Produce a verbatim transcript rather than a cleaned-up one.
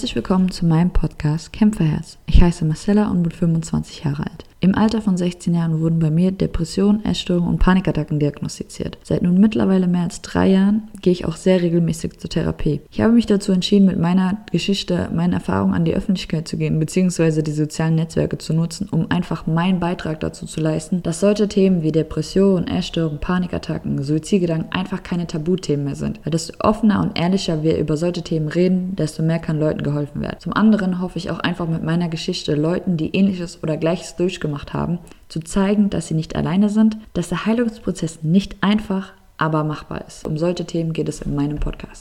Herzlich willkommen zu meinem Podcast Kämpferherz. Ich heiße Marcella und bin fünfundzwanzig Jahre alt. Im Alter von sechzehn Jahren wurden bei mir Depressionen, Essstörungen und Panikattacken diagnostiziert. Seit nun mittlerweile mehr als drei Jahren gehe ich auch sehr regelmäßig zur Therapie. Ich habe mich dazu entschieden, mit meiner Geschichte, meinen Erfahrungen an die Öffentlichkeit zu gehen, beziehungsweise die sozialen Netzwerke zu nutzen, um einfach meinen Beitrag dazu zu leisten, dass solche Themen wie Depressionen, Essstörungen, Panikattacken, Suizidgedanken einfach keine Tabuthemen mehr sind. Weil desto offener und ehrlicher wir über solche Themen reden, desto mehr kann Leuten geholfen werden. Zum anderen hoffe ich auch einfach mit meiner Geschichte Leuten, die Ähnliches oder Gleiches durchgemacht haben, zu zeigen, dass sie nicht alleine sind, dass der Heilungsprozess nicht einfach, aber machbar ist. Um solche Themen geht es in meinem Podcast.